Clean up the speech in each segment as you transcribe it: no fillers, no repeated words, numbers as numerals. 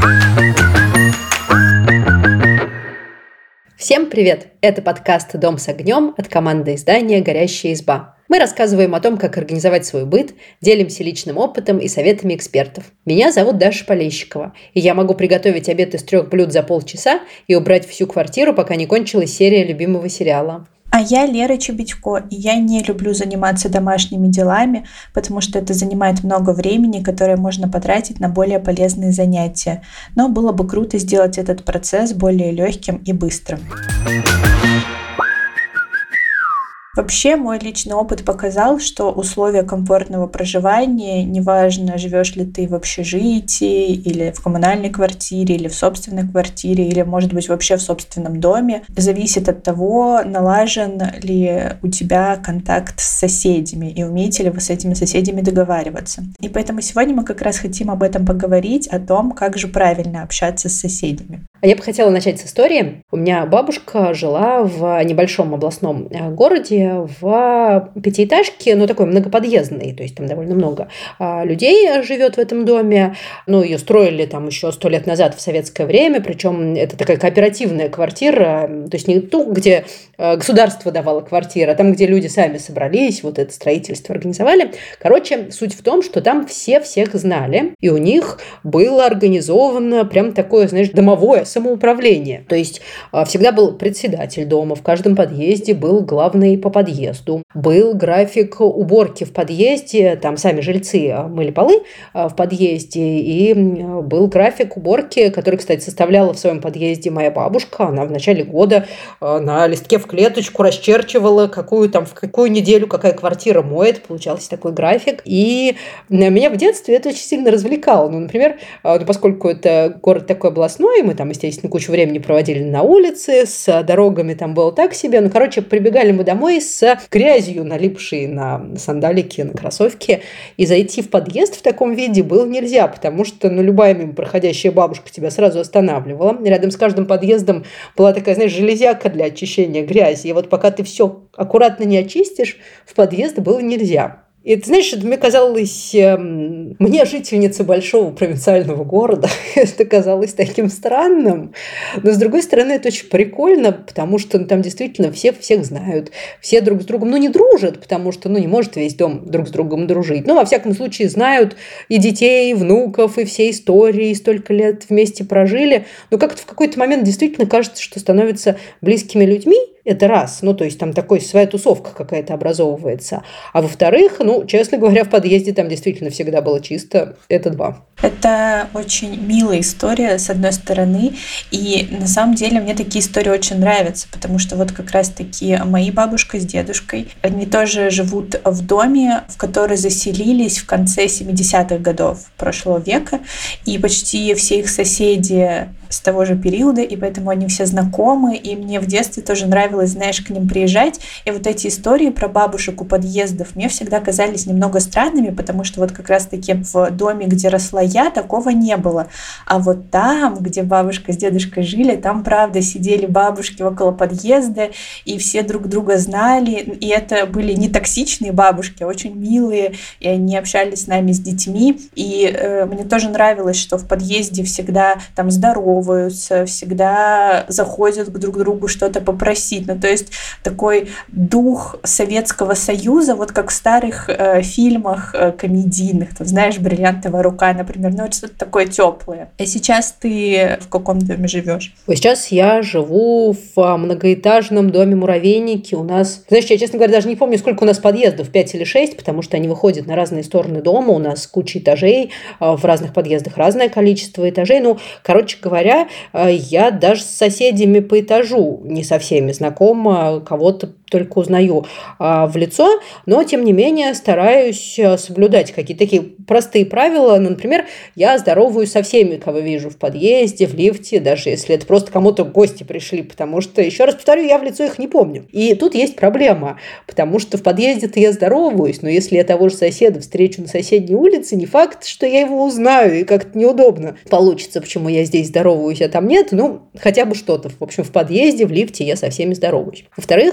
Всем привет! Это подкаст «Дом с огнем» от команды издания «Горящая изба». Мы рассказываем о том, как организовать свой быт, делимся личным опытом и советами экспертов. Меня зовут Даша Полещикова, и я могу приготовить обед из 3 блюд за полчаса и убрать всю квартиру, пока не кончилась серия любимого сериала. А я Лера Чебедько, и я не люблю заниматься домашними делами, потому что это занимает много времени, которое можно потратить на более полезные занятия. Но было бы круто сделать этот процесс более легким и быстрым. Вообще, мой личный опыт показал, что условия комфортного проживания, неважно, живешь ли ты в общежитии, или в коммунальной квартире, или в собственной квартире, или, может быть, вообще в собственном доме, зависит от того, налажен ли у тебя контакт с соседями, и умеете ли вы с этими соседями договариваться. И поэтому сегодня мы как раз хотим об этом поговорить, о том, как же правильно общаться с соседями. А я бы хотела начать с истории. У меня бабушка жила в небольшом областном городе, в пятиэтажке, такой многоподъездный, то есть там довольно много людей живет в этом доме. Ее строили там еще 100 лет назад в советское время, причем это такая кооперативная квартира, то есть не ту, где государство давало квартиры, а там, где люди сами собрались, вот это строительство организовали. Короче, суть в том, что там все всех знали, и у них было организовано прям такое, знаешь, домовое самоуправление. То есть всегда был председатель дома, в каждом подъезде был главный по подъезду, был график уборки в подъезде, там сами жильцы мыли полы в подъезде, и был график уборки, который, кстати, составляла в своем подъезде моя бабушка. Она в начале года на листке в клеточку расчерчивала, в какую неделю какая квартира моет. Получался такой график. И меня в детстве это очень сильно развлекало. Например, поскольку это город такой областной, мы там, естественно, кучу времени проводили на улице, с дорогами там было так себе. Прибегали мы домой с грязью, налипшей на сандалики, на кроссовки. И зайти в подъезд в таком виде было нельзя, потому что любая мимо проходящая бабушка тебя сразу останавливала. Рядом с каждым подъездом была такая, знаешь, железяка для очищения грязи. И вот пока ты все аккуратно не очистишь, в подъезд было нельзя. И ты знаешь, это мне казалось, мне, жительница большого провинциального города, это казалось таким странным. Но, с другой стороны, это очень прикольно, потому что там действительно все всех знают, все друг с другом, не дружат, потому что, не может весь дом друг с другом дружить. Во всяком случае, знают и детей, и внуков, и все истории, столько лет вместе прожили. Но как-то в какой-то момент действительно кажется, что становятся близкими людьми. Это раз. То есть там такой своя тусовка какая-то образовывается. А во-вторых, честно говоря, в подъезде там действительно всегда было чисто. Это два. Это очень милая история, с одной стороны. И на самом деле мне такие истории очень нравятся, потому что вот как раз-таки мои бабушка с дедушкой, они тоже живут в доме, в который заселились в конце 70-х годов прошлого века. И почти все их соседи с того же периода, и поэтому они все знакомы, и мне в детстве тоже нравилось, знаешь, к ним приезжать, и вот эти истории про бабушек у подъездов мне всегда казались немного странными, потому что вот как раз-таки в доме, где росла я, такого не было, а вот там, где бабушка с дедушкой жили, там, правда, сидели бабушки около подъезда, и все друг друга знали, и это были не токсичные бабушки, а очень милые, и они общались с нами, с детьми, и мне тоже нравилось, что в подъезде всегда там здороваются, всегда заходят к друг другу что-то попросить. То есть такой дух Советского Союза, вот как в старых фильмах комедийных, знаешь, «Бриллиантовая рука», например, это что-то такое теплое. А сейчас ты в каком доме живешь? Сейчас я живу в многоэтажном доме-муравейнике. У нас, знаешь, я, честно говоря, даже не помню, сколько у нас подъездов, 5 или 6, потому что они выходят на разные стороны дома. У нас куча этажей, в разных подъездах разное количество этажей. Короче говоря, я даже с соседями по этажу не со всеми знакома, кого-то только узнаю в лицо, но, тем не менее, стараюсь соблюдать какие-то такие простые правила. Например, я здороваюсь со всеми, кого вижу в подъезде, в лифте, даже если это просто кому-то гости пришли, потому что, еще раз повторю, я в лицо их не помню. И тут есть проблема, потому что в подъезде-то я здороваюсь, но если я того же соседа встречу на соседней улице, не факт, что я его узнаю, и как-то неудобно получится, почему я здесь здороваюсь, а там нет, хотя бы что-то. В общем, в подъезде, в лифте я со всеми здороваюсь. Во-вторых, я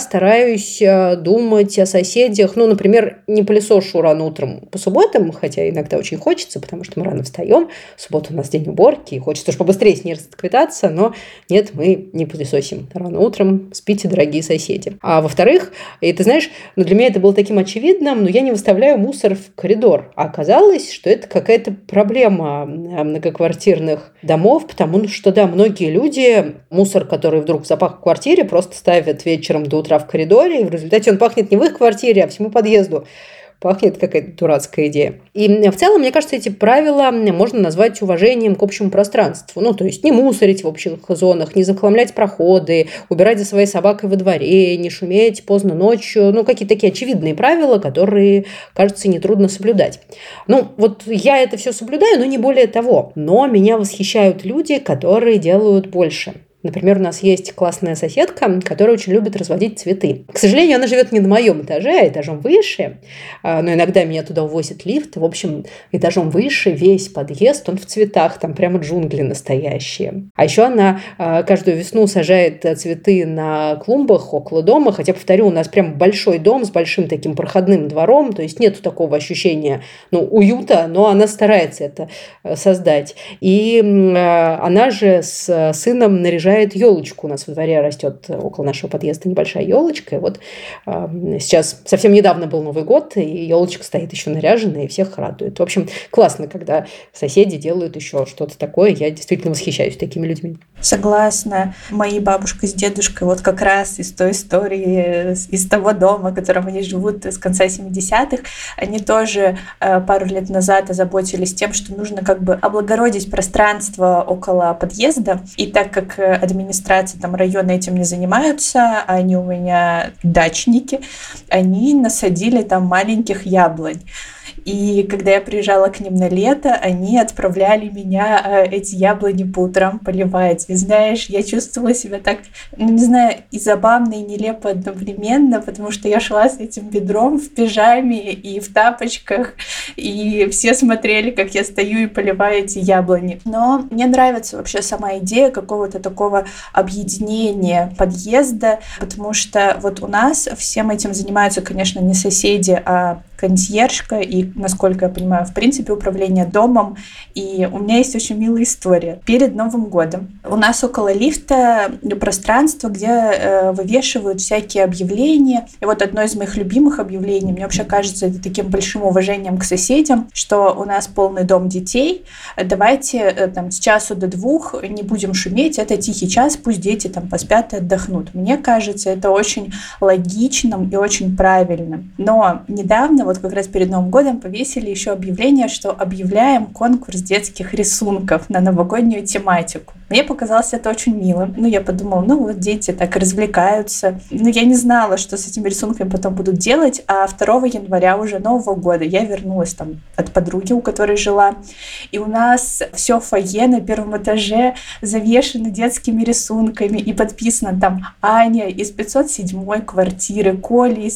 стараюсь думать о соседях. Ну, например, не пылесошу рано утром по субботам, хотя иногда очень хочется, потому что мы рано встаем. В субботу у нас день уборки, и хочется уж побыстрее с ней расквитаться, но нет, мы не пылесосим рано утром. Спите, дорогие соседи. А во-вторых, и ты знаешь, ну, для меня это было таким очевидным, но я не выставляю мусор в коридор. А оказалось, что это какая-то проблема многоквартирных домов, потому что, да, многие люди мусор, который вдруг запах в квартире, просто ставят вечером до утра в коридоре, и в результате он пахнет не в их квартире, а всему подъезду. Пахнет какая-то дурацкая идея. И в целом, мне кажется, эти правила можно назвать уважением к общему пространству. Ну, то есть не мусорить в общих зонах, не захламлять проходы, убирать за своей собакой во дворе, не шуметь поздно ночью. Ну, какие-то такие очевидные правила, которые, кажется, нетрудно соблюдать. Ну, вот я это все соблюдаю, но не более того. Но меня восхищают люди, которые делают больше. Например, у нас есть классная соседка, которая очень любит разводить цветы. К сожалению, она живет не на моем этаже, а этажом выше. Но иногда меня туда увозит лифт. В общем, этажом выше весь подъезд, он в цветах, там прямо джунгли настоящие. А еще она каждую весну сажает цветы на клумбах около дома. Хотя, повторю, у нас прям большой дом с большим таким проходным двором. То есть нет такого ощущения, уюта, но она старается это создать. И она же с сыном наряжает елочку. У нас во дворе растет около нашего подъезда небольшая елочка. И вот сейчас совсем недавно был Новый год, и елочка стоит еще наряженная, и всех радует. В общем, классно, когда соседи делают еще что-то такое. Я действительно восхищаюсь такими людьми. Согласна. Мои бабушка с дедушкой вот как раз из той истории, из того дома, в котором они живут с конца 70-х, они тоже пару лет назад озаботились тем, что нужно как бы облагородить пространство около подъезда. И так как администрация там района этим не занимаются, а они у меня дачники, они насадили там маленьких яблонь. И когда я приезжала к ним на лето, они отправляли меня эти яблони по утрам поливать. И знаешь, я чувствовала себя так, не знаю, и забавно, и нелепо одновременно, потому что я шла с этим ведром в пижаме и в тапочках, и все смотрели, как я стою и поливаю эти яблони. Но мне нравится вообще сама идея какого-то такого объединения подъезда, потому что вот у нас всем этим занимаются, конечно, не соседи, а консьержка и, насколько я понимаю, в принципе, управление домом. И у меня есть очень милая история. Перед Новым годом у нас около лифта пространство, где вывешивают всякие объявления. И вот одно из моих любимых объявлений, мне вообще кажется, это таким большим уважением к соседям, что у нас полный дом детей. Давайте там с 1 до 2 не будем шуметь, это тихий час, пусть дети там поспят и отдохнут. Мне кажется, это очень логичным и очень правильным. Но недавно, вот как раз перед Новым годом, повесили еще объявление, что объявляем конкурс детских рисунков на новогоднюю тематику. Мне показалось это очень милым. Я подумала, вот дети так развлекаются. Но я не знала, что с этими рисунками потом будут делать, а 2 января уже Нового года я вернулась там от подруги, у которой жила, и у нас все фойе на 1 этаже завешено детскими рисунками и подписано там Аня из 507 квартиры, Коля из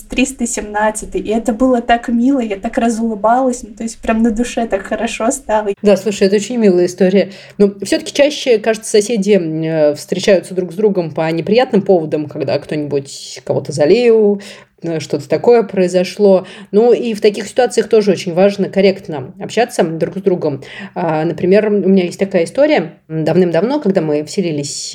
317, и это было так мило, я так разулыбалась, то есть прям на душе так хорошо стало. Да, слушай, это очень милая история. Но все-таки чаще, кажется, соседи встречаются друг с другом по неприятным поводам, когда кто-нибудь кого-то залил, что-то такое произошло. И в таких ситуациях тоже очень важно корректно общаться друг с другом. Например, у меня есть такая история. Давным-давно, когда мы вселились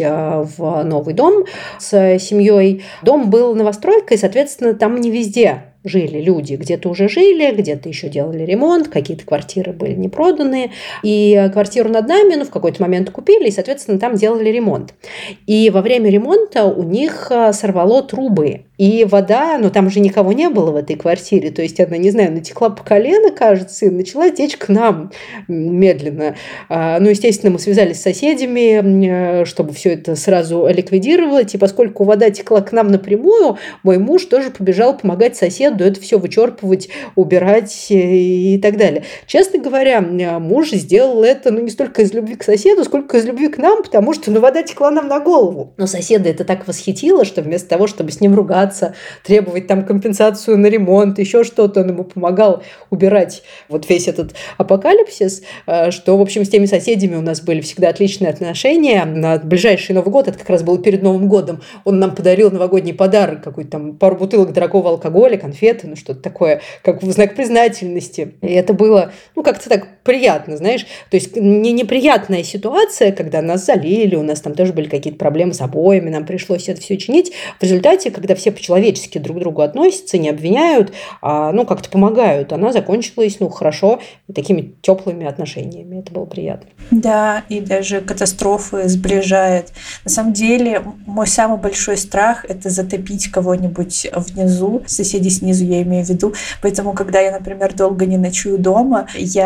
в новый дом с семьей, дом был новостройкой, соответственно, там не везде жили люди. Где-то уже жили, где-то еще делали ремонт, какие-то квартиры были не проданы. И квартиру над нами в какой-то момент купили, и, соответственно, там делали ремонт. И во время ремонта у них сорвало трубы. И вода, там же никого не было в этой квартире, то есть она, не знаю, натекла по колено, кажется, и начала течь к нам медленно. Естественно, мы связались с соседями, чтобы все это сразу ликвидировать, и поскольку вода текла к нам напрямую, мой муж тоже побежал помогать соседу это все вычерпывать, убирать и так далее. Честно говоря, муж сделал это, не столько из любви к соседу, сколько из любви к нам, потому что, вода текла нам на голову. Но соседа это так восхитило, что вместо того, чтобы с ним ругаться, возмущаться, требовать там компенсацию на ремонт, еще что-то. Он ему помогал убирать вот весь этот апокалипсис, что, в общем, с теми соседями у нас были всегда отличные отношения. На ближайший Новый год, это как раз было перед Новым годом, он нам подарил новогодний подарок, какой-то там пару бутылок дорогого алкоголя, конфеты, ну что-то такое, как в знак признательности. И это было, ну, как-то так приятно, знаешь. То есть не неприятная ситуация, когда нас залили, у нас там тоже были какие-то проблемы с обоями, нам пришлось это все чинить. В результате, когда все по-человечески друг к другу относятся, не обвиняют, а, ну, как-то помогают, она закончилась, ну, хорошо, такими теплыми отношениями. Это было приятно. Да, и даже катастрофы сближает. На самом деле, мой самый большой страх – это затопить кого-нибудь внизу, соседей снизу я имею в виду. Поэтому, когда я, например, долго не ночую дома,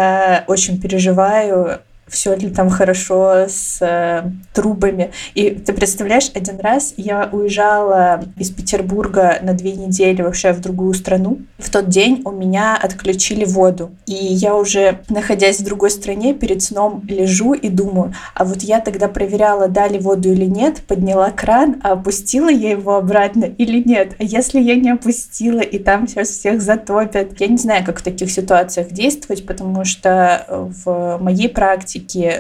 я очень переживаю, все ли там хорошо с трубами. И ты представляешь, один раз я уезжала из Петербурга на 2 недели вообще в другую страну. В тот день у меня отключили воду. И я уже, находясь в другой стране, перед сном лежу и думаю, а вот я тогда проверяла, дали воду или нет, подняла кран, а опустила я его обратно или нет. А если я не опустила, и там сейчас всех затопят? Я не знаю, как в таких ситуациях действовать, потому что в моей практике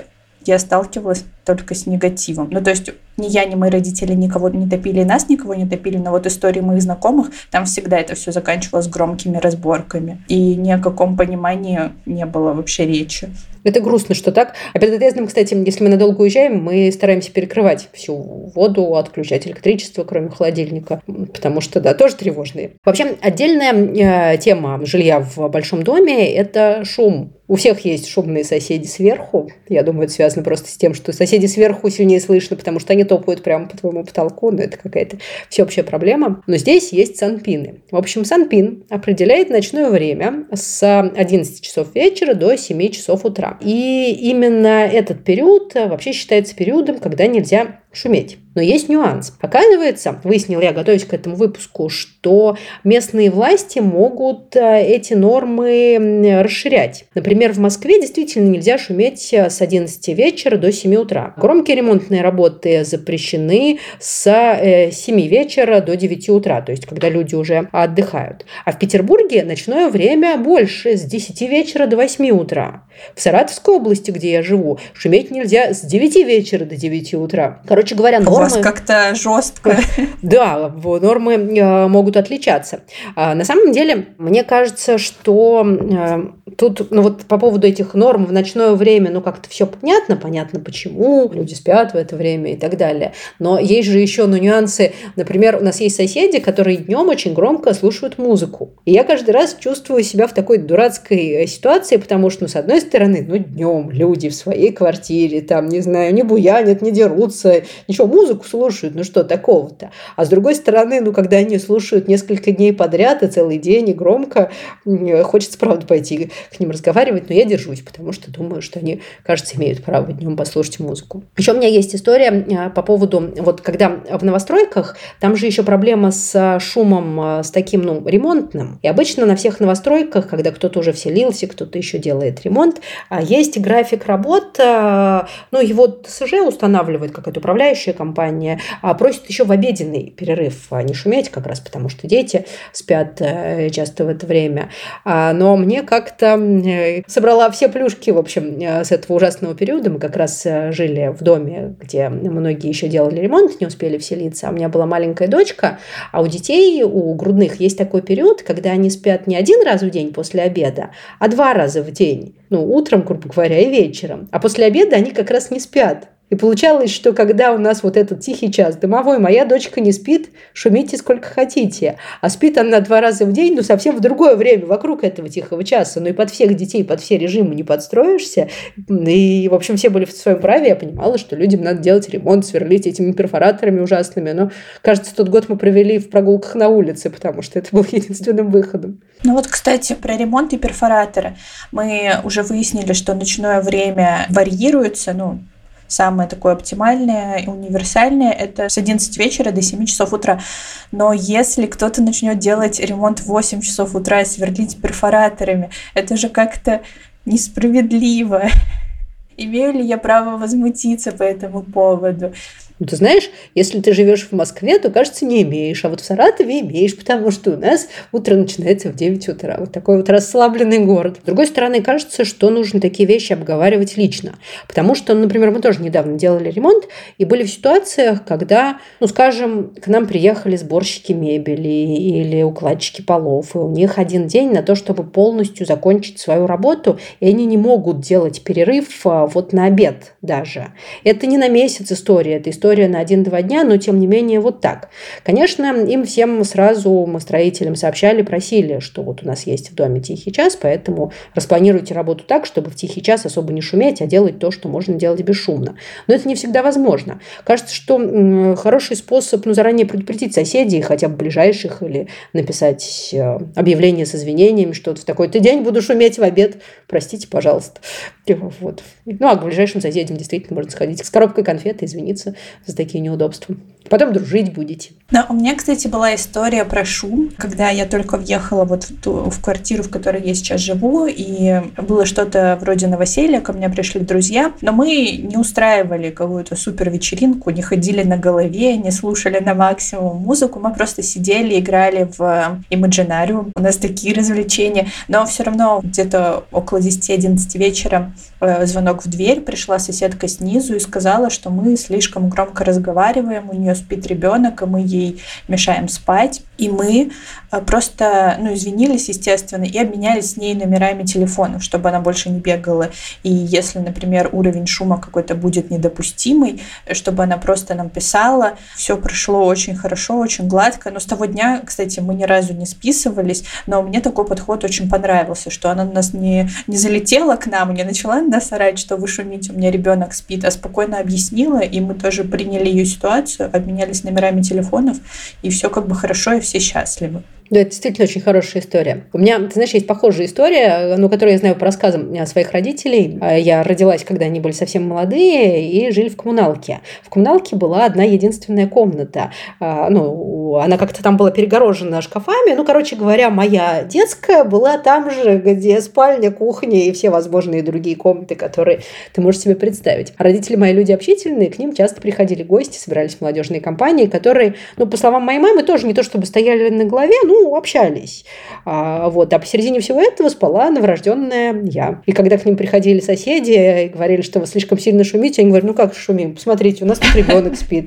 я сталкивалась только с негативом. Ну, то есть ни я, ни мои родители никого не топили, нас никого не топили, но вот истории моих знакомых, там всегда это все заканчивалось громкими разборками. И ни о каком понимании не было вообще речи. Это грустно, что так. А перед отъездом, кстати, если мы надолго уезжаем, мы стараемся перекрывать всю воду, отключать электричество, кроме холодильника, потому что, да, тоже тревожные. Вообще, отдельная тема жилья в большом доме – это шум. У всех есть шумные соседи сверху. Я думаю, это связано просто с тем, что соседи сверху сильнее слышно, потому что они топают прямо по твоему потолку. Но это какая-то всеобщая проблема. Но здесь есть санпины. В общем, санпин определяет ночное время с 11 часов вечера до 7 часов утра. И именно этот период вообще считается периодом, когда нельзя шуметь. Но есть нюанс. Оказывается, выяснила я, готовясь к этому выпуску, что местные власти могут эти нормы расширять. Например, в Москве действительно нельзя шуметь с 11 вечера до 7 утра. Громкие ремонтные работы запрещены с 7 вечера до 9 утра, то есть когда люди уже отдыхают. А в Петербурге ночное время больше, с 10 вечера до 8 утра. В Саратовской области, где я живу, шуметь нельзя с 9 вечера до 9 утра. Короче говоря, нормы... У вас как-то жестко. Да, нормы могут отличаться. На самом деле, мне кажется, что тут, ну вот по поводу этих норм в ночное время, ну как-то все понятно почему, люди спят в это время и так далее. Но есть же еще нюансы. Например, у нас есть соседи, которые днем очень громко слушают музыку. И я каждый раз чувствую себя в такой дурацкой ситуации, потому что, ну, с одной стороны, ну, днем люди в своей квартире, там, не знаю, не буянят, не дерутся, ничего, музыку слушают, ну что такого-то. А с другой стороны, ну, когда они слушают несколько дней подряд и целый день, и громко, хочется, правда, пойти к ним разговаривать, но я держусь, потому что думаю, что они, кажется, имеют право днем послушать музыку. Еще у меня есть история по поводу, вот когда в новостройках, там же еще проблема с шумом, с таким, ну, ремонтным. И обычно на всех новостройках, когда кто-то уже вселился, кто-то еще делает ремонт, есть график работ, ну, его ТСЖ устанавливает какая-то управляющая компания, просит еще в обеденный перерыв не шуметь, как раз потому что дети спят часто в это время. Но мне как-то собрала все плюшки, в общем, с этого ужасного периода. Мы как раз жили в доме, где многие еще делали ремонт, не успели вселиться. А у меня была маленькая дочка, а у детей, у грудных, есть такой период, когда они спят не 1 раз в день после обеда, а 2 раза в день. Ну, утром, грубо говоря, и вечером. А после обеда они как раз не спят. И получалось, что когда у нас вот этот тихий час домовой, моя дочка не спит, шумите сколько хотите. А спит она 2 раза в день, но совсем в другое время, вокруг этого тихого часа. Ну и под всех детей, под все режимы не подстроишься. И, в общем, все были в своем праве. Я понимала, что людям надо делать ремонт, сверлить этими перфораторами ужасными. Но, кажется, тот год мы провели в прогулках на улице, потому что это был единственным выходом. Ну вот, кстати, про ремонт и перфораторы. Мы уже выяснили, что ночное время варьируется, ну, самое такое оптимальное и универсальное – это с 11 вечера до 7 часов утра. Но если кто-то начнет делать ремонт в 8 часов утра и сверлить перфораторами, это же как-то несправедливо. Имею ли я право возмутиться по этому поводу? Ну, ты знаешь, если ты живешь в Москве, то, кажется, не имеешь, а вот в Саратове имеешь, потому что у нас утро начинается в 9 утра. Вот такой вот расслабленный город. С другой стороны, кажется, что нужно такие вещи обговаривать лично, потому что, например, мы тоже недавно делали ремонт и были в ситуациях, когда, ну, скажем, к нам приехали сборщики мебели или укладчики полов, и у них один день на то, чтобы полностью закончить свою работу, и они не могут делать перерыв вот на обед даже. Это не на месяц история, это история на 1-2 дня, но тем не менее вот так. Конечно, им всем сразу, мы строителям сообщали, просили, что вот у нас есть в доме тихий час, поэтому распланируйте работу так, чтобы в тихий час особо не шуметь, а делать то, что можно делать бесшумно. Но это не всегда возможно. Кажется, что хороший способ заранее предупредить соседей, хотя бы ближайших, или написать объявление с извинениями, что в такой-то день буду шуметь в обед, простите, пожалуйста. Вот. Ну, а к ближайшим соседям действительно можно сходить с коробкой конфет и извиниться за такие неудобства. Потом дружить будете. Да, у меня, кстати, была история про шум, когда я только въехала вот в квартиру, в которой я сейчас живу, и было что-то вроде новоселья, ко мне пришли друзья, но мы не устраивали какую-то супер вечеринку, не ходили на голове, не слушали на максимум музыку, мы просто сидели, играли в Imaginarium. У нас такие развлечения, но все равно где-то около 10-11 вечера звонок в дверь, пришла соседка снизу и сказала, что мы слишком громко разговариваем, у нее спит ребенок, и мы ей мешаем спать. И мы просто, извинились, естественно, и обменялись с ней номерами телефонов, чтобы она больше не бегала. И если, например, уровень шума какой-то будет недопустимый, чтобы она просто нам писала. Все прошло очень хорошо, очень гладко. Но с того дня, кстати, мы ни разу не списывались, но мне такой подход очень понравился, что она нас не залетела к нам, не начала на нас орать, что вы шумите, у меня ребенок спит, а спокойно объяснила, и мы тоже приняли ее ситуацию, обменялись номерами телефонов, и все как бы хорошо, и все счастливы. Да, это действительно очень хорошая история. У меня, ты знаешь, есть похожая история, которую я знаю по рассказам своих родителей. Я родилась, когда они были совсем молодые, и жили в коммуналке. В коммуналке была одна единственная комната. Она как-то там была перегорожена шкафами. Короче говоря, моя детская была там же, где спальня, кухня и все возможные другие комнаты, которые ты можешь себе представить. Родители мои люди общительные, к ним часто приходили гости, собирались молодежные компании, которые, по словам моей мамы, тоже не то чтобы стояли на голове, общались. А посередине всего этого спала новорожденная я. И когда к ним приходили соседи и говорили, что вы слишком сильно шумите, они говорят, как шумим? Посмотрите, у нас тут ребенок спит.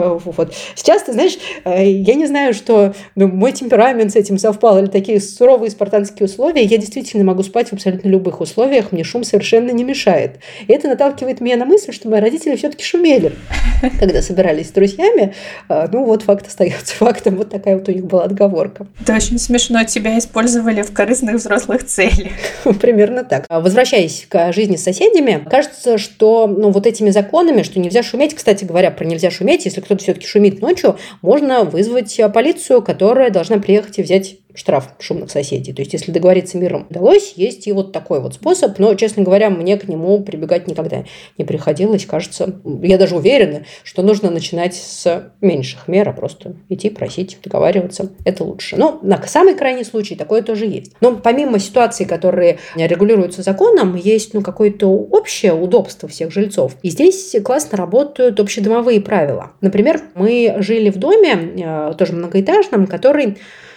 Сейчас, ты знаешь, я не знаю, что мой темперамент с этим совпал, или такие суровые спартанские условия. Я действительно могу спать в абсолютно любых условиях, мне шум совершенно не мешает. И это наталкивает меня на мысль, что мои родители все-таки шумели, когда собирались с друзьями. Факт остается фактом. Вот такая вот у них была отговорка. Это очень смешно. Тебя использовали в корыстных взрослых целях. Примерно так. Возвращаясь к жизни с соседями, кажется, что вот этими законами, что нельзя шуметь, кстати говоря, про нельзя шуметь, если кто-то все-таки шумит ночью, можно вызвать полицию, которая должна приехать и взять штраф шумных соседей. То есть, если договориться миром удалось, есть и вот такой вот способ. Но, честно говоря, мне к нему прибегать никогда не приходилось. Кажется, я даже уверена, что нужно начинать с меньших мер, а просто идти, просить, договариваться. Это лучше. Но на самый крайний случай такое тоже есть. Но помимо ситуаций, которые регулируются законом, есть какое-то общее удобство всех жильцов. И здесь классно работают общедомовые правила. Например, мы жили в доме, тоже многоэтажном, который...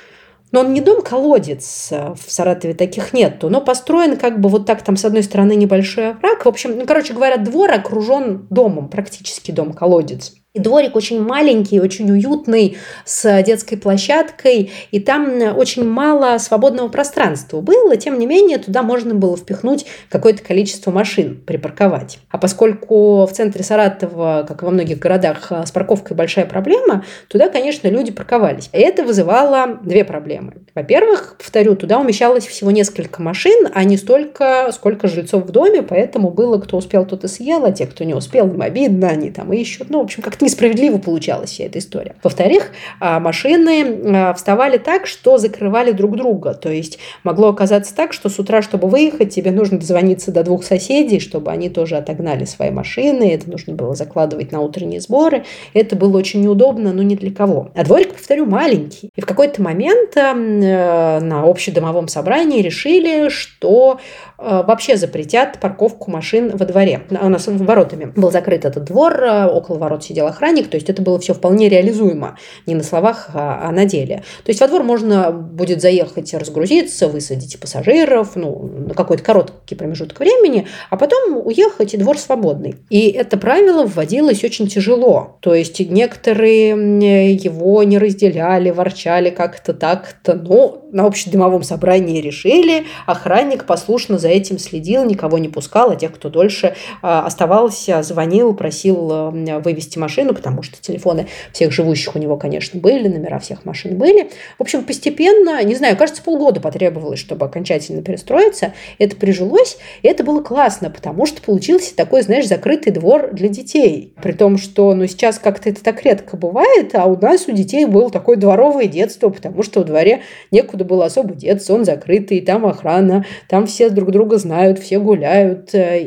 Но он не дом-колодец, в Саратове таких нету, но построен вот так, там с одной стороны небольшой овраг. В общем, двор окружен домом, практически дом-колодец. И дворик очень маленький, очень уютный, с детской площадкой, и там очень мало свободного пространства было, тем не менее туда можно было впихнуть какое-то количество машин, припарковать. А поскольку в центре Саратова, как и во многих городах, с парковкой большая проблема, туда, конечно, люди парковались. И это вызывало две проблемы. Во-первых, повторю, туда умещалось всего несколько машин, а не столько, сколько жильцов в доме, поэтому было, кто успел, тот и съел, а те, кто не успел, им обидно, они там ищут. В общем, как-то несправедливо получалась вся эта история. Во-вторых, машины вставали так, что закрывали друг друга. То есть могло оказаться так, что с утра, чтобы выехать, тебе нужно дозвониться до 2 соседей, чтобы они тоже отогнали свои машины. Это нужно было закладывать на утренние сборы. Это было очень неудобно, но ни для кого. А дворик, повторю, маленький. И в какой-то момент на общедомовом собрании решили, что вообще запретят парковку машин во дворе. У нас воротами был закрыт этот двор, около ворот сидела охранник, то есть это было все вполне реализуемо, не на словах, а на деле. То есть во двор можно будет заехать, разгрузиться, высадить пассажиров, на какой-то короткий промежуток времени, а потом уехать, и двор свободный. И это правило вводилось очень тяжело. То есть некоторые его не разделяли, ворчали как-то так-то, но на общедомовом собрании решили, охранник послушно за этим следил, никого не пускал, а тех, кто дольше оставался, звонил, просил вывести машину, потому что телефоны всех живущих у него, конечно, были, номера всех машин были. В общем, постепенно, не знаю, кажется, полгода потребовалось, чтобы окончательно перестроиться. Это прижилось, и это было классно, потому что получился такой, знаешь, закрытый двор для детей. При том, что сейчас как-то это так редко бывает, а у нас у детей было такое дворовое детство, потому что во дворе некуда было особо деться, он закрытый, там охрана, там все друг друга знают, все гуляют,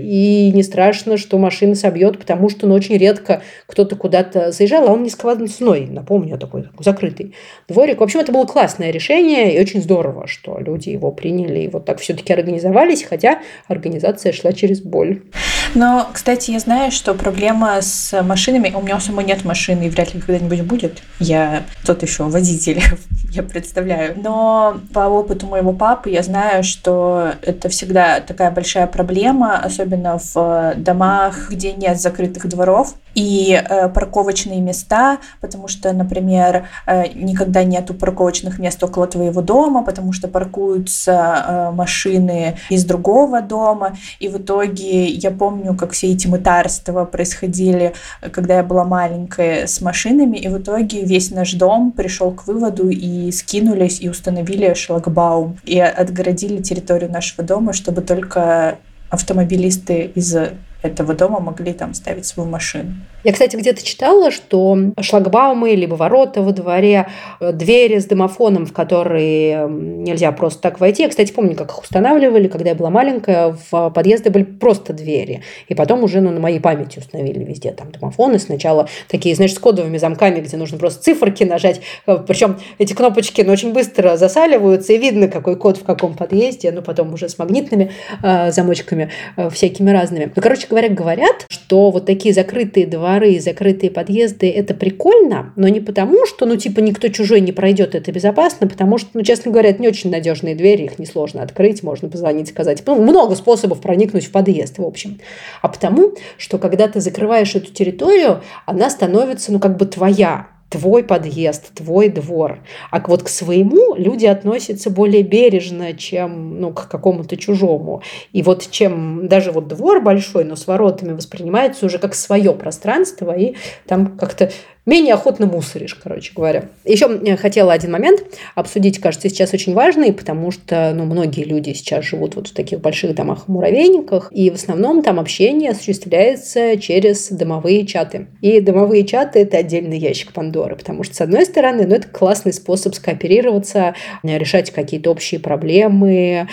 и не страшно, что машина собьет, потому что очень редко кто-то куда-то заезжал, а он не сквозной, напомню, такой закрытый дворик. В общем, это было классное решение, и очень здорово, что люди его приняли и вот так все-таки организовались, хотя организация шла через боль. Но, кстати, я знаю, что проблема с машинами, у меня у самой нет машины и вряд ли когда-нибудь будет. Я тот еще водитель, я представляю. Но по опыту моего папы я знаю, что это всегда такая большая проблема, особенно в домах, где нет закрытых дворов и парковочные места, потому что, например, никогда нету парковочных мест около твоего дома, потому что паркуются машины из другого дома, и в итоге я помню, как все эти мытарства происходили, когда я была маленькая, с машинами, и в итоге весь наш дом пришел к выводу и скинулись и установили шлагбаум и отгородили территорию нашего дома, чтобы только автомобилисты из этого дома могли там ставить свою машину. Я, кстати, где-то читала, что шлагбаумы, либо ворота во дворе, двери с домофоном, в которые нельзя просто так войти. Я, кстати, помню, как их устанавливали, когда я была маленькая, в подъезды были просто двери. И потом уже на моей памяти установили везде там домофоны. Сначала такие, знаешь, с кодовыми замками, где нужно просто циферки нажать. Причем эти кнопочки очень быстро засаливаются, и видно, какой код в каком подъезде. Потом уже с магнитными замочками всякими разными. Короче говоря, говорят, что вот такие закрытые дворы, закрытые подъезды, это прикольно, но не потому, что, никто чужой не пройдет, это безопасно, потому что, честно говоря, это не очень надежные двери, их несложно открыть, можно позвонить, сказать. Много способов проникнуть в подъезд, в общем. А потому, что когда ты закрываешь эту территорию, она становится, твоя. Твой подъезд, твой двор. А вот к своему люди относятся более бережно, чем к какому-то чужому. И вот чем даже вот двор большой, но с воротами воспринимается уже как свое пространство, и там как-то менее охотно мусоришь, короче говоря. Еще хотела один момент обсудить, кажется, сейчас очень важный, потому что многие люди сейчас живут вот в таких больших домах-муравейниках, и в основном там общение осуществляется через домовые чаты. И домовые чаты – это отдельный ящик Пандоры, потому что, с одной стороны, это классный способ скооперироваться, решать какие-то общие проблемы,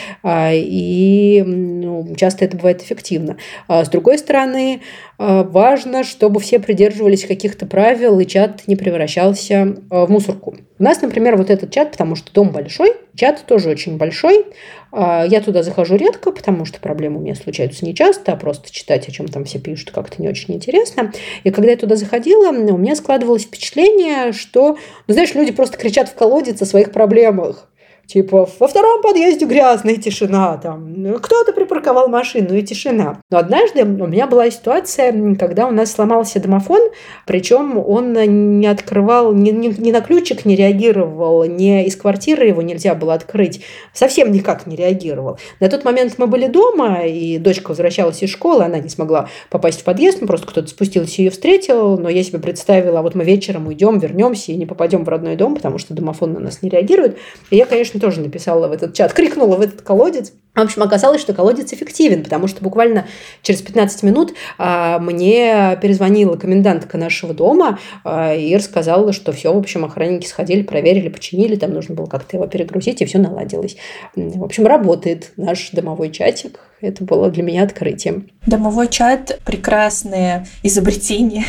и часто это бывает эффективно. А с другой стороны, важно, чтобы все придерживались каких-то правил, и чат не превращался в мусорку. У нас, например, вот этот чат, потому что дом большой, чат тоже очень большой. Я туда захожу редко, потому что проблемы у меня случаются нечасто, а просто читать, о чем там все пишут, как-то не очень интересно. И когда я туда заходила, у меня складывалось впечатление, что, люди просто кричат в колодец о своих проблемах. Типа, во втором подъезде грязная тишина, там, кто-то припарковал машину, и тишина. Но однажды у меня была ситуация, когда у нас сломался домофон, причем он не открывал, ни на ключик не реагировал, ни из квартиры его нельзя было открыть, совсем никак не реагировал. На тот момент мы были дома, и дочка возвращалась из школы, она не смогла попасть в подъезд, просто кто-то спустился и ее встретил, но я себе представила, вот мы вечером уйдем, вернемся и не попадем в родной дом, потому что домофон на нас не реагирует. И я, конечно, тоже написала в этот чат, крикнула в этот колодец. В общем, оказалось, что колодец эффективен, потому что буквально через 15 минут мне перезвонила комендантка нашего дома и рассказала, что все, в общем, охранники сходили, проверили, починили, там нужно было как-то его перегрузить, и все наладилось. В общем, работает наш домовой чатик. Это было для меня открытием. Домовой чат – прекрасное изобретение.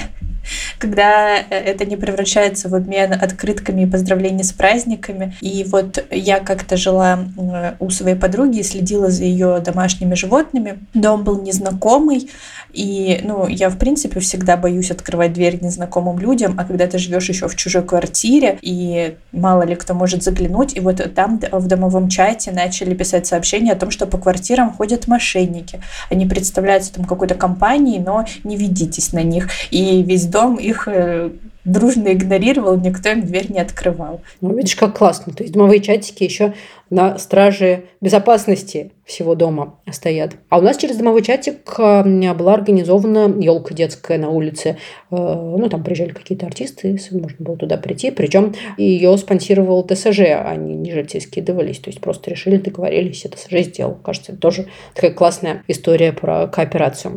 когда это не превращается в обмен открытками и поздравления с праздниками. И вот я как-то жила у своей подруги и следила за ее домашними животными. Дом был незнакомый, и я, в принципе, всегда боюсь открывать дверь незнакомым людям, а когда ты живешь еще в чужой квартире, и мало ли кто может заглянуть, и вот там в домовом чате начали писать сообщения о том, что по квартирам ходят мошенники. Они представляются там какой-то компанией, но не ведитесь на них. И весь дом их дружно игнорировал, никто им дверь не открывал. Видишь, как классно. То есть домовые чатики еще на страже безопасности всего дома стоят. А у нас через домовой чатик была организована елка детская на улице. Там приезжали какие-то артисты, можно было туда прийти. Причем ее спонсировал ТСЖ, они не жильцы скидывались. То есть просто решили, договорились, и ТСЖ сделал. Кажется, это тоже такая классная история про кооперацию.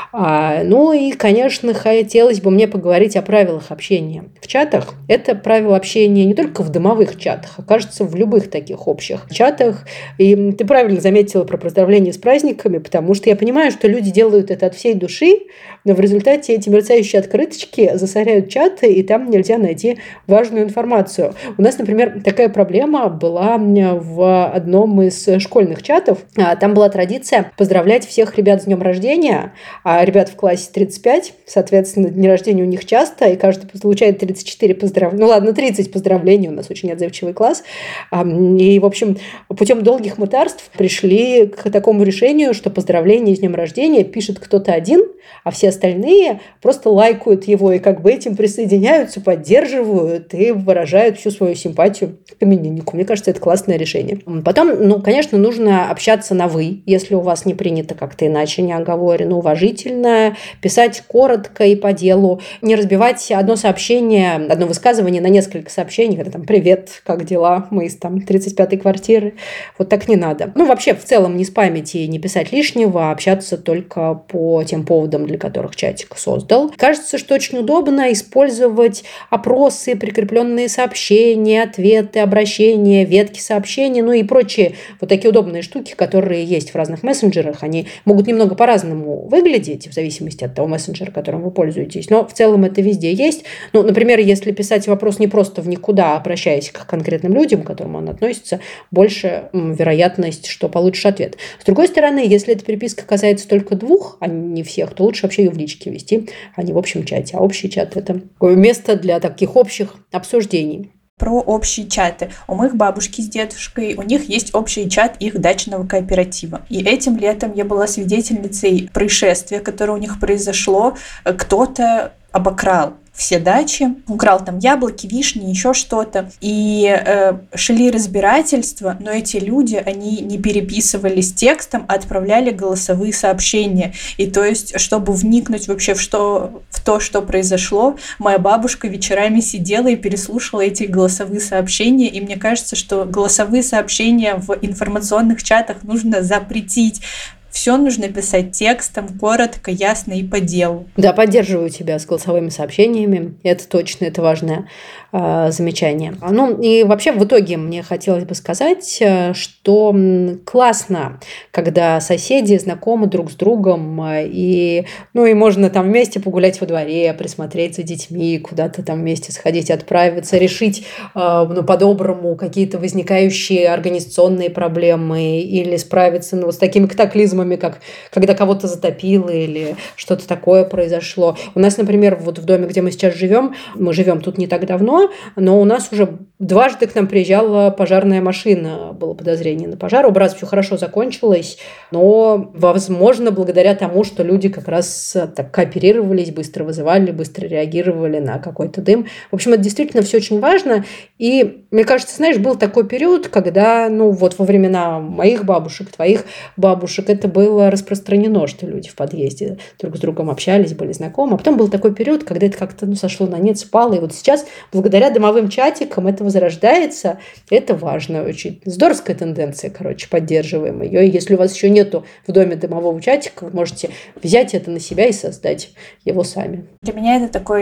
И, конечно, хотелось бы мне поговорить о правилах общения в чатах. Это правила общения не только в домовых чатах, а, кажется, в любых таких общих чатах. И ты правильно заметила про поздравления с праздниками, потому что я понимаю, что люди делают это от всей души, но в результате эти мерцающие открыточки засоряют чаты, и там нельзя найти важную информацию. У нас, например, такая проблема была в одном из школьных чатов. Там была традиция поздравлять всех ребят с днем рождения, а ребят в классе 35, соответственно, дни рождения у них часто, и каждый получает 34 поздравления. 30 поздравлений, у нас очень отзывчивый класс. И, в общем, путем долгих мытарств пришли к такому решению, что поздравление с днем рождения пишет кто-то один, а все остальные просто лайкают его и как бы этим присоединяются, поддерживают и выражают всю свою симпатию к имениннику. Мне кажется, это классное решение. Потом, конечно, нужно общаться на «вы», если у вас не принято как-то иначе, не оговорено, уважительно, писать коротко и по делу, не разбивать одно сообщение, одно высказывание на несколько сообщений, когда там «Привет, как дела? Мы из 35-й квартиры». Вот так не надо. Вообще, в целом, не спамить и не писать лишнего, а общаться только по тем поводам, для которых чатик создал. Кажется, что очень удобно использовать опросы, прикрепленные сообщения, ответы, обращения, ветки сообщений, и прочие вот такие удобные штуки, которые есть в разных мессенджерах. Они могут немного по-разному выглядеть, в зависимости от того мессенджера, которым вы пользуетесь, но в целом это везде есть. Например, если писать вопрос не просто в никуда, а обращаясь к конкретным людям, к которым он относится, больше вероятность, что получишь ответ. С другой стороны, если эта переписка касается только двух, а не всех, то лучше вообще ее в личке вести, а не в общем чате. А общий чат – это такое место для таких общих обсуждений. Про общие чаты. У моих бабушки с дедушкой, у них есть общий чат их дачного кооператива. И этим летом я была свидетельницей происшествия, которое у них произошло. Кто-то обокрал все дачи, украл там яблоки, вишни, еще что-то. И шли разбирательства, но эти люди, они не переписывались текстом, а отправляли голосовые сообщения. И то есть, чтобы вникнуть вообще в то, что произошло, моя бабушка вечерами сидела и переслушала эти голосовые сообщения. И мне кажется, что голосовые сообщения в информационных чатах нужно запретить. Все нужно писать текстом, коротко, ясно и по делу. Да, поддерживаю тебя с голосовыми сообщениями. Это точно, это важное замечание. И вообще в итоге мне хотелось бы сказать, что классно, когда соседи знакомы друг с другом, и можно там вместе погулять во дворе, присмотреть за детьми, куда-то там вместе сходить, отправиться, решить по-доброму какие-то возникающие организационные проблемы или справиться с такими катаклизмами, как когда кого-то затопило или что-то такое произошло. У нас, например, вот в доме, где мы сейчас живем, мы живем тут не так давно, но у нас уже дважды к нам приезжала пожарная машина. Было подозрение на пожар. У брата все хорошо закончилось, но, возможно, благодаря тому, что люди как раз так кооперировались, быстро вызывали, быстро реагировали на какой-то дым. В общем, это действительно все очень важно. И, мне кажется, знаешь, был такой период, когда, во времена моих бабушек, твоих бабушек, это было распространено, что люди в подъезде друг с другом общались, были знакомы. А потом был такой период, когда это как-то сошло на нет, спало. И вот сейчас, благодаря домовым чатикам, это возрождается. Это важно очень. Здоровская тенденция, поддерживаем ее. И если у вас еще нету в доме домового чатика, вы можете взять это на себя и создать его сами. Для меня это такой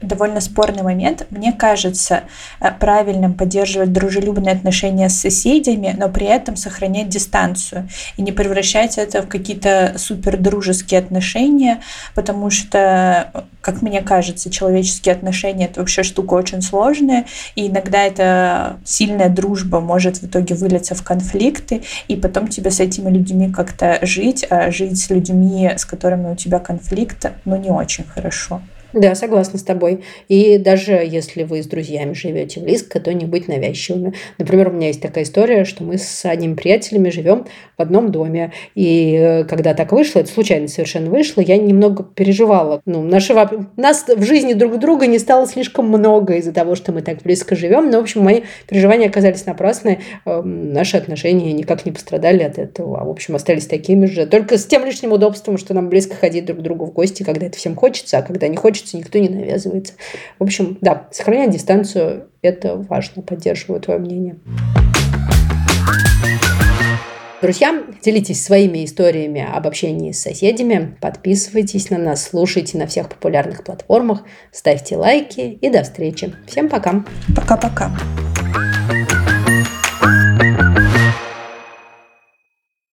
довольно спорный момент. Мне кажется правильным поддерживать дружелюбные отношения с соседями, но при этом сохранять дистанцию и не превращать это в какие-то супер дружеские отношения, потому что, как мне кажется, человеческие отношения — это вообще штука очень сложная, и иногда эта сильная дружба может в итоге вылиться в конфликты, и потом тебе с этими людьми как-то жить, а жить с людьми, с которыми у тебя конфликт, не очень хорошо. Да, согласна с тобой. И даже если вы с друзьями живете близко, то не быть навязчивыми. Например, у меня есть такая история, что мы с одними приятелями живем в одном доме. И когда так вышло, это случайно совершенно вышло, я немного переживала. Нас в жизни друг друга не стало слишком много из-за того, что мы так близко живем. Но, в общем, мои переживания оказались напрасны. Наши отношения никак не пострадали от этого. А, в общем, остались такими же. Только с тем лишним удобством, что нам близко ходить друг к другу в гости, когда это всем хочется, а когда не хочется, никто не навязывается. В общем, да, сохранять дистанцию – это важно. Поддерживаю твое мнение. Друзья, делитесь своими историями об общении с соседями, подписывайтесь на нас, слушайте на всех популярных платформах, ставьте лайки и до встречи. Всем пока. Пока-пока.